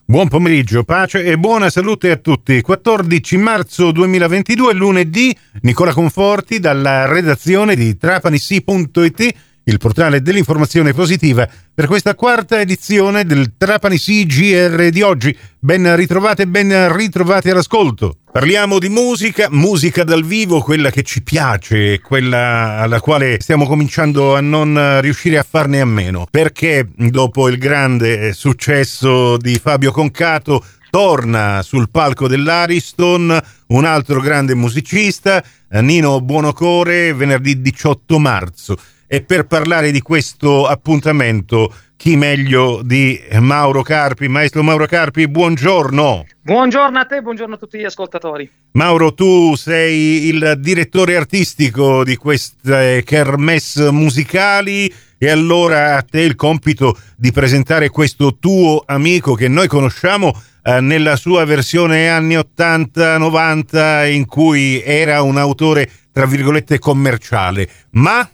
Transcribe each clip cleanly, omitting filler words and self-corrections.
Buon pomeriggio, pace e buona salute a tutti. 14 marzo 2022, lunedì, Nicola Conforti dalla redazione di trapanisi.it, il portale dell'informazione positiva, per questa quarta edizione del Trapanisi GR di oggi. Ben ritrovate e ben ritrovati all'ascolto. Parliamo di musica dal vivo, quella che ci piace, quella alla quale stiamo cominciando a non riuscire a farne a meno, perché dopo il grande successo di Fabio Concato torna sul palco dell'Ariston un altro grande musicista, Nino Buonocore, venerdì 18 marzo. E per parlare di questo appuntamento, chi meglio di Mauro Carpi? Maestro Mauro Carpi, buongiorno. Buongiorno a te, buongiorno a tutti gli ascoltatori. Mauro, tu sei il direttore artistico di queste kermesse musicali e allora a te il compito di presentare questo tuo amico che noi conosciamo nella sua versione anni 80-90, in cui era un autore tra virgolette commerciale, ma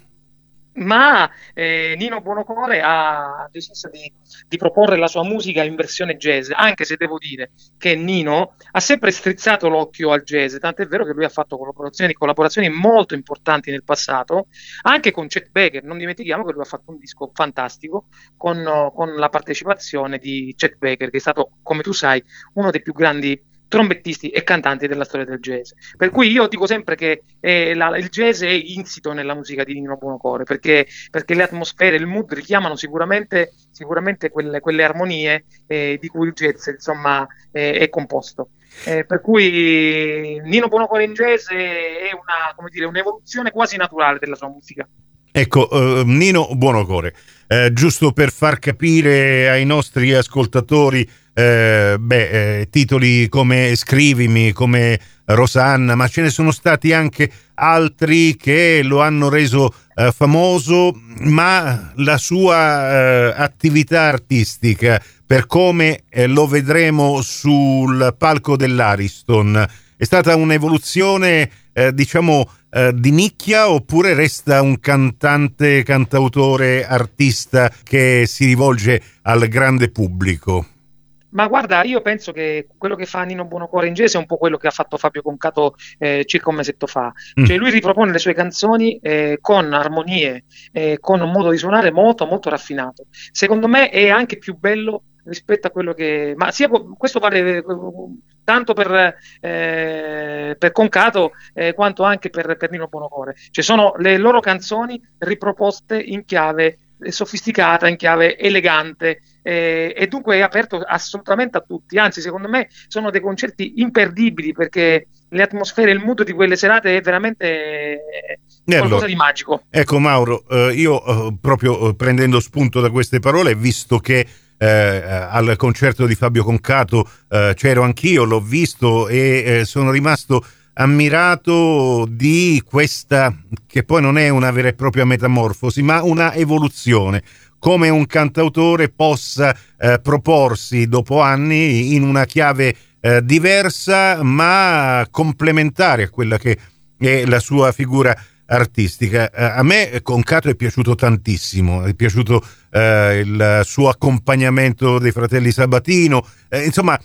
Nino Buonocore ha deciso di proporre la sua musica in versione jazz, anche se devo dire che Nino ha sempre strizzato l'occhio al jazz, tant'è vero che lui ha fatto collaborazioni molto importanti nel passato, anche con Chet Baker. Non dimentichiamo che lui ha fatto un disco fantastico con la partecipazione di Chet Baker, che è stato, come tu sai, uno dei più grandi trombettisti e cantanti della storia del jazz. Per cui io dico sempre che il jazz è insito nella musica di Nino Buonocore, perché le atmosfere, il mood richiamano sicuramente quelle armonie di cui il jazz, insomma, è composto. Per cui Nino Buonocore in jazz è un'evoluzione quasi naturale della sua musica. Ecco, Nino Buonocore, giusto per far capire ai nostri ascoltatori, titoli come Scrivimi, come Rosanna, ma ce ne sono stati anche altri che lo hanno reso famoso, ma la sua attività artistica, per come lo vedremo sul palco dell'Ariston, è stata un'evoluzione di nicchia, oppure resta un cantante, cantautore, artista che si rivolge al grande pubblico? Ma guarda, io penso che quello che fa Nino Buonocore in jazz è un po' quello che ha fatto Fabio Concato circa un mesetto fa. Cioè lui ripropone le sue canzoni con armonie, con un modo di suonare molto molto raffinato. Secondo me è anche più bello rispetto a quello che... Ma sia questo vale tanto per Concato quanto anche per Nino Buonocore. Cioè sono le loro canzoni riproposte in chiave sofisticata, in chiave elegante, e dunque è aperto assolutamente a tutti. Anzi, secondo me sono dei concerti imperdibili, perché le atmosfere, il mood di quelle serate è veramente qualcosa di magico. Ecco Mauro, io proprio prendendo spunto da queste parole, visto che al concerto di Fabio Concato c'ero anch'io, l'ho visto e sono rimasto ammirato di questa, che poi non è una vera e propria metamorfosi, ma una evoluzione, come un cantautore possa proporsi dopo anni in una chiave diversa, ma complementare a quella che è la sua figura artistica. A me Concato è piaciuto tantissimo, è piaciuto il suo accompagnamento dei fratelli Sabatino, insomma,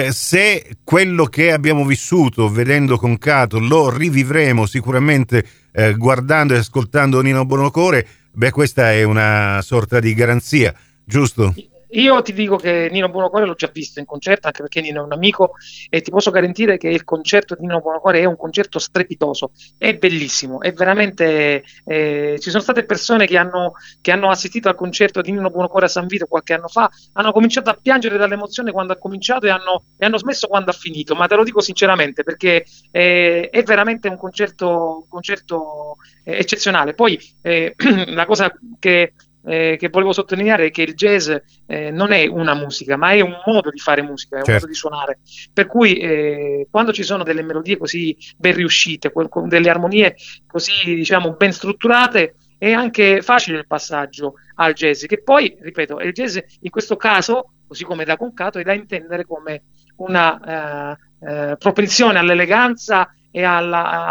se quello che abbiamo vissuto vedendo Concato lo rivivremo sicuramente guardando e ascoltando Nino Buonocore, questa è una sorta di garanzia, giusto? Io ti dico che Nino Buonocore l'ho già visto in concerto, anche perché Nino è un amico, e ti posso garantire che il concerto di Nino Buonocore è un concerto strepitoso, è bellissimo, è veramente... ci sono state persone che hanno assistito al concerto di Nino Buonocore a San Vito qualche anno fa, hanno cominciato a piangere dall'emozione quando ha cominciato e hanno smesso quando ha finito, ma te lo dico sinceramente, perché è veramente un concerto eccezionale. Poi la cosa che volevo sottolineare è che il jazz non è una musica, ma è un modo di fare musica, è un modo di suonare, per cui quando ci sono delle melodie così ben riuscite, con delle armonie così, diciamo, ben strutturate, è anche facile il passaggio al jazz, che poi, ripeto, il jazz in questo caso, così come da Concato, è da intendere come una propensione all'eleganza e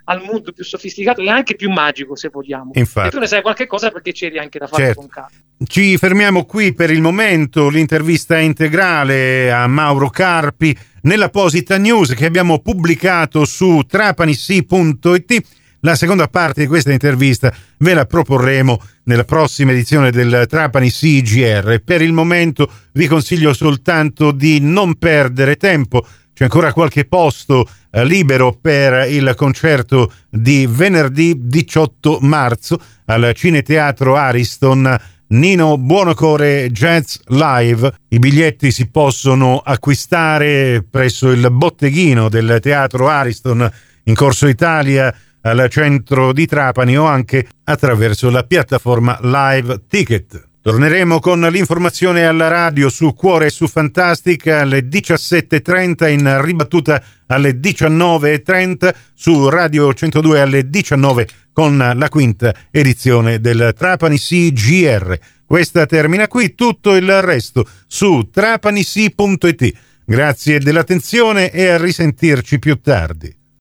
al mood più sofisticato e anche più magico, se vogliamo. Infatti. E tu ne sai qualche cosa perché c'eri anche da Fabio Concato. Ci fermiamo qui per il momento. L'intervista integrale a Mauro Carpi nell'apposita news che abbiamo pubblicato su trapanissi.it. La seconda parte di questa intervista ve la proporremo nella prossima edizione del Trapani CGR. Per il momento vi consiglio soltanto di non perdere tempo. C'è ancora qualche posto libero per il concerto di venerdì 18 marzo al Cineteatro Ariston, Nino Buonocore Jazz Live. I biglietti si possono acquistare presso il botteghino del Teatro Ariston in Corso Italia al centro di Trapani o anche attraverso la piattaforma Live Ticket. Torneremo con l'informazione alla radio su Cuore e su Fantastica alle 17.30, in ribattuta alle 19.30 su Radio 102 alle 19 con la quinta edizione del Trapani CGR. Questa termina qui, tutto il resto su trapanissi.it. Grazie dell'attenzione e a risentirci più tardi.